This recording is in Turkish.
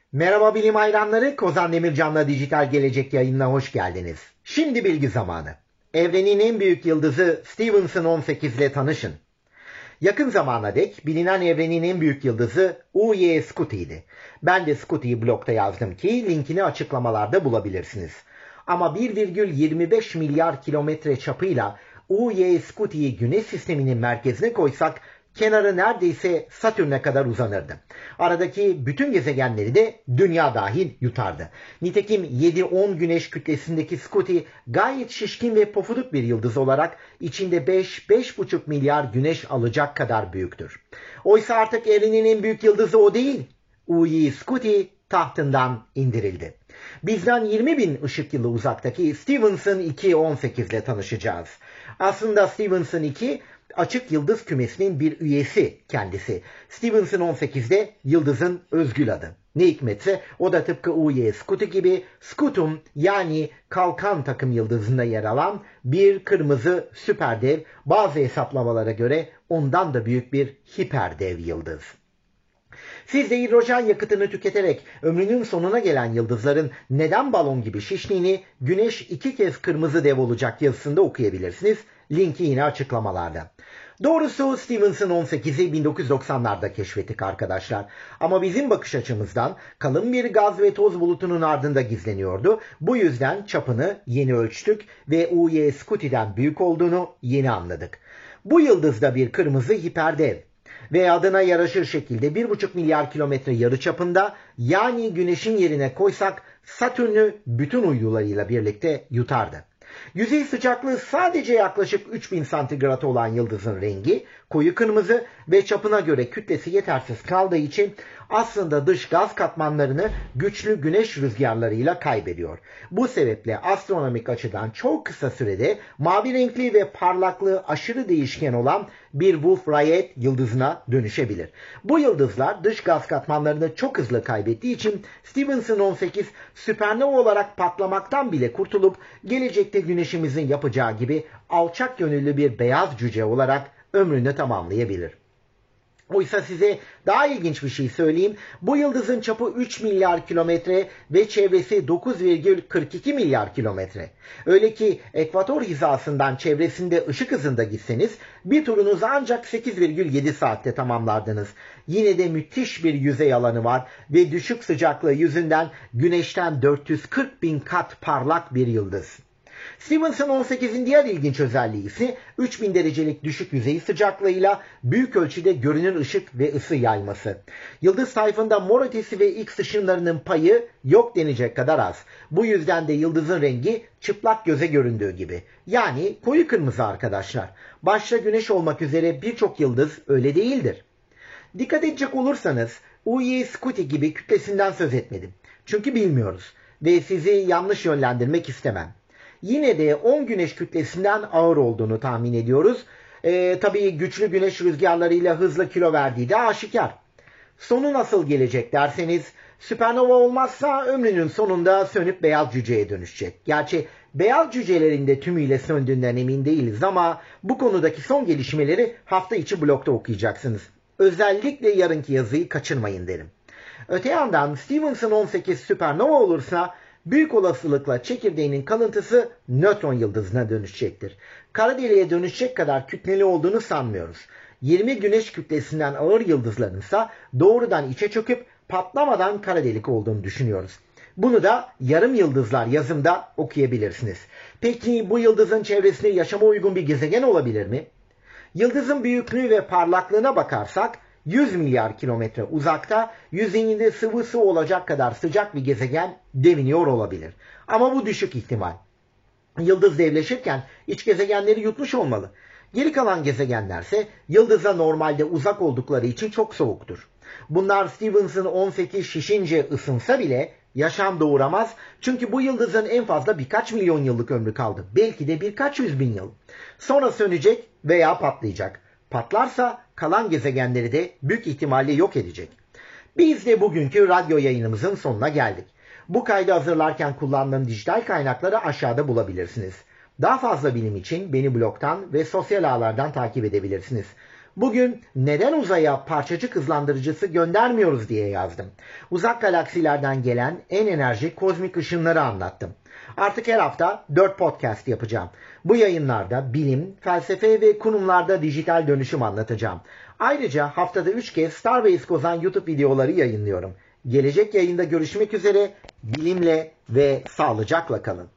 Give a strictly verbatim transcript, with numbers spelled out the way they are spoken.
Merhaba bilim hayranları, Kozan Demircan'la Dijital Gelecek yayınına hoş geldiniz. Şimdi bilgi zamanı. Evrenin en büyük yıldızı Stephenson on sekiz ile tanışın. Yakın zamana dek bilinen evrenin en büyük yıldızı U Y Scuti'ydi. Ben de Scuti'yi blogda yazdım ki linkini açıklamalarda bulabilirsiniz. Ama bir virgül yirmi beş milyar kilometre çapıyla U Y Scuti'yi Güneş sisteminin merkezine koysak kenarı neredeyse Satürn'e kadar uzanırdı. Aradaki bütün gezegenleri de Dünya dahil yutardı. Nitekim yedi on güneş kütlesindeki Scuti gayet şişkin ve pofuduk bir yıldız olarak içinde beş beş buçuk milyar güneş alacak kadar büyüktür. Oysa artık evrenin en büyük yıldızı o değil. U Y Scuti tahtından indirildi. Bizden yirmi bin ışık yılı uzaktaki Stephenson iki on sekiz ile tanışacağız. Aslında Stephenson iki açık yıldız kümesinin bir üyesi kendisi. Stephenson on sekizde yıldızın özgül adı. Ne hikmetse o da tıpkı U Y Scuti gibi Scutum yani kalkan takım yıldızında yer alan bir kırmızı süperdev, bazı hesaplamalara göre ondan da büyük bir hiperdev yıldız. Siz de hidrojen yakıtını tüketerek ömrünün sonuna gelen yıldızların neden balon gibi şiştiğini Güneş iki kez kırmızı dev olacak yazısında okuyabilirsiniz. Linki yine açıklamalarda. Doğrusu Stephenson on sekizi bin dokuz yüz doksanlarda keşfettik arkadaşlar. Ama bizim bakış açımızdan kalın bir gaz ve toz bulutunun ardında gizleniyordu. Bu yüzden çapını yeni ölçtük ve U Y Scuti'den büyük olduğunu yeni anladık. Bu yıldızda bir kırmızı hiperdev ve adına yaraşır şekilde bir buçuk milyar kilometre yarıçapında, yani Güneş'in yerine koysak Satürn'ü bütün uydularıyla birlikte yutardı. Yüzey sıcaklığı sadece yaklaşık üç bin santigrat olan yıldızın rengi koyu kırmızı ve çapına göre kütlesi yetersiz kaldığı için aslında dış gaz katmanlarını güçlü güneş rüzgarlarıyla kaybediyor. Bu sebeple astronomik açıdan çok kısa sürede mavi renkli ve parlaklığı aşırı değişken olan bir Wolf-Rayet yıldızına dönüşebilir. Bu yıldızlar dış gaz katmanlarını çok hızlı kaybettiği için Stephenson on sekiz süpernova olarak patlamaktan bile kurtulup gelecekte Güneşimizin yapacağı gibi alçak gönüllü bir beyaz cüce olarak ömrünü tamamlayabilir. Oysa size daha ilginç bir şey söyleyeyim. Bu yıldızın çapı üç milyar kilometre ve çevresi dokuz virgül kırk iki milyar kilometre. Öyle ki ekvator hizasından çevresinde ışık hızında gitseniz bir turunuzu ancak sekiz virgül yedi saatte tamamlardınız. Yine de müthiş bir yüzey alanı var ve düşük sıcaklığı yüzünden Güneş'ten dört yüz kırk bin kat parlak bir yıldız. Stephenson on sekizin diğer ilginç özelliği ise üç bin derecelik düşük yüzey sıcaklığıyla büyük ölçüde görünür ışık ve ısı yayması. Yıldız tayfında mor ötesi ve X ışınlarının payı yok denecek kadar az. Bu yüzden de yıldızın rengi çıplak göze göründüğü gibi. Yani koyu kırmızı arkadaşlar. Başta Güneş olmak üzere birçok yıldız öyle değildir. Dikkat edecek olursanız U Y Scuti gibi kütlesinden söz etmedim. Çünkü bilmiyoruz ve sizi yanlış yönlendirmek istemem. Yine de on güneş kütlesinden ağır olduğunu tahmin ediyoruz. Ee, tabii güçlü güneş rüzgarlarıyla hızlı kilo verdiği de aşikar. Sonu nasıl gelecek derseniz, süpernova olmazsa ömrünün sonunda sönüp beyaz cüceye dönüşecek. Gerçi beyaz cücelerin de tümüyle söndüğünden emin değiliz ama bu konudaki son gelişmeleri hafta içi blogda okuyacaksınız. Özellikle yarınki yazıyı kaçırmayın derim. Öte yandan Stephenson on sekiz süpernova olursa büyük olasılıkla çekirdeğinin kalıntısı nötron yıldızına dönüşecektir. Kara deliğe dönüşecek kadar kütleli olduğunu sanmıyoruz. yirmi güneş kütlesinden ağır yıldızların ise doğrudan içe çöküp patlamadan kara delik olduğunu düşünüyoruz. Bunu da Yarım Yıldızlar yazımda okuyabilirsiniz. Peki bu yıldızın çevresinde yaşama uygun bir gezegen olabilir mi? Yıldızın büyüklüğü ve parlaklığına bakarsak yüz milyar kilometre uzakta yüzeyinde sıvı su olacak kadar sıcak bir gezegen deviniyor olabilir. Ama bu düşük ihtimal. Yıldız devleşirken iç gezegenleri yutmuş olmalı. Geri kalan gezegenlerse yıldıza normalde uzak oldukları için çok soğuktur. Bunlar Stephenson on sekiz şişince ısınsa bile yaşam doğuramaz. Çünkü bu yıldızın en fazla birkaç milyon yıllık ömrü kaldı. Belki de birkaç yüz bin yıl. Sonra sönecek veya patlayacak. Patlarsa kalan gezegenleri de büyük ihtimalle yok edecek. Biz de bugünkü radyo yayınımızın sonuna geldik. Bu kaydı hazırlarken kullandığım dijital kaynakları aşağıda bulabilirsiniz. Daha fazla bilim için beni blogdan ve sosyal ağlardan takip edebilirsiniz. Bugün neden uzaya parçacık hızlandırıcısı göndermiyoruz diye yazdım. Uzak galaksilerden gelen en enerjik kozmik ışınları anlattım. Artık her hafta dört podcast yapacağım. Bu yayınlarda bilim, felsefe ve konumlarda dijital dönüşüm anlatacağım. Ayrıca haftada üç kez Starbase Kozan YouTube videoları yayınlıyorum. Gelecek yayında görüşmek üzere, bilimle ve sağlıcakla kalın.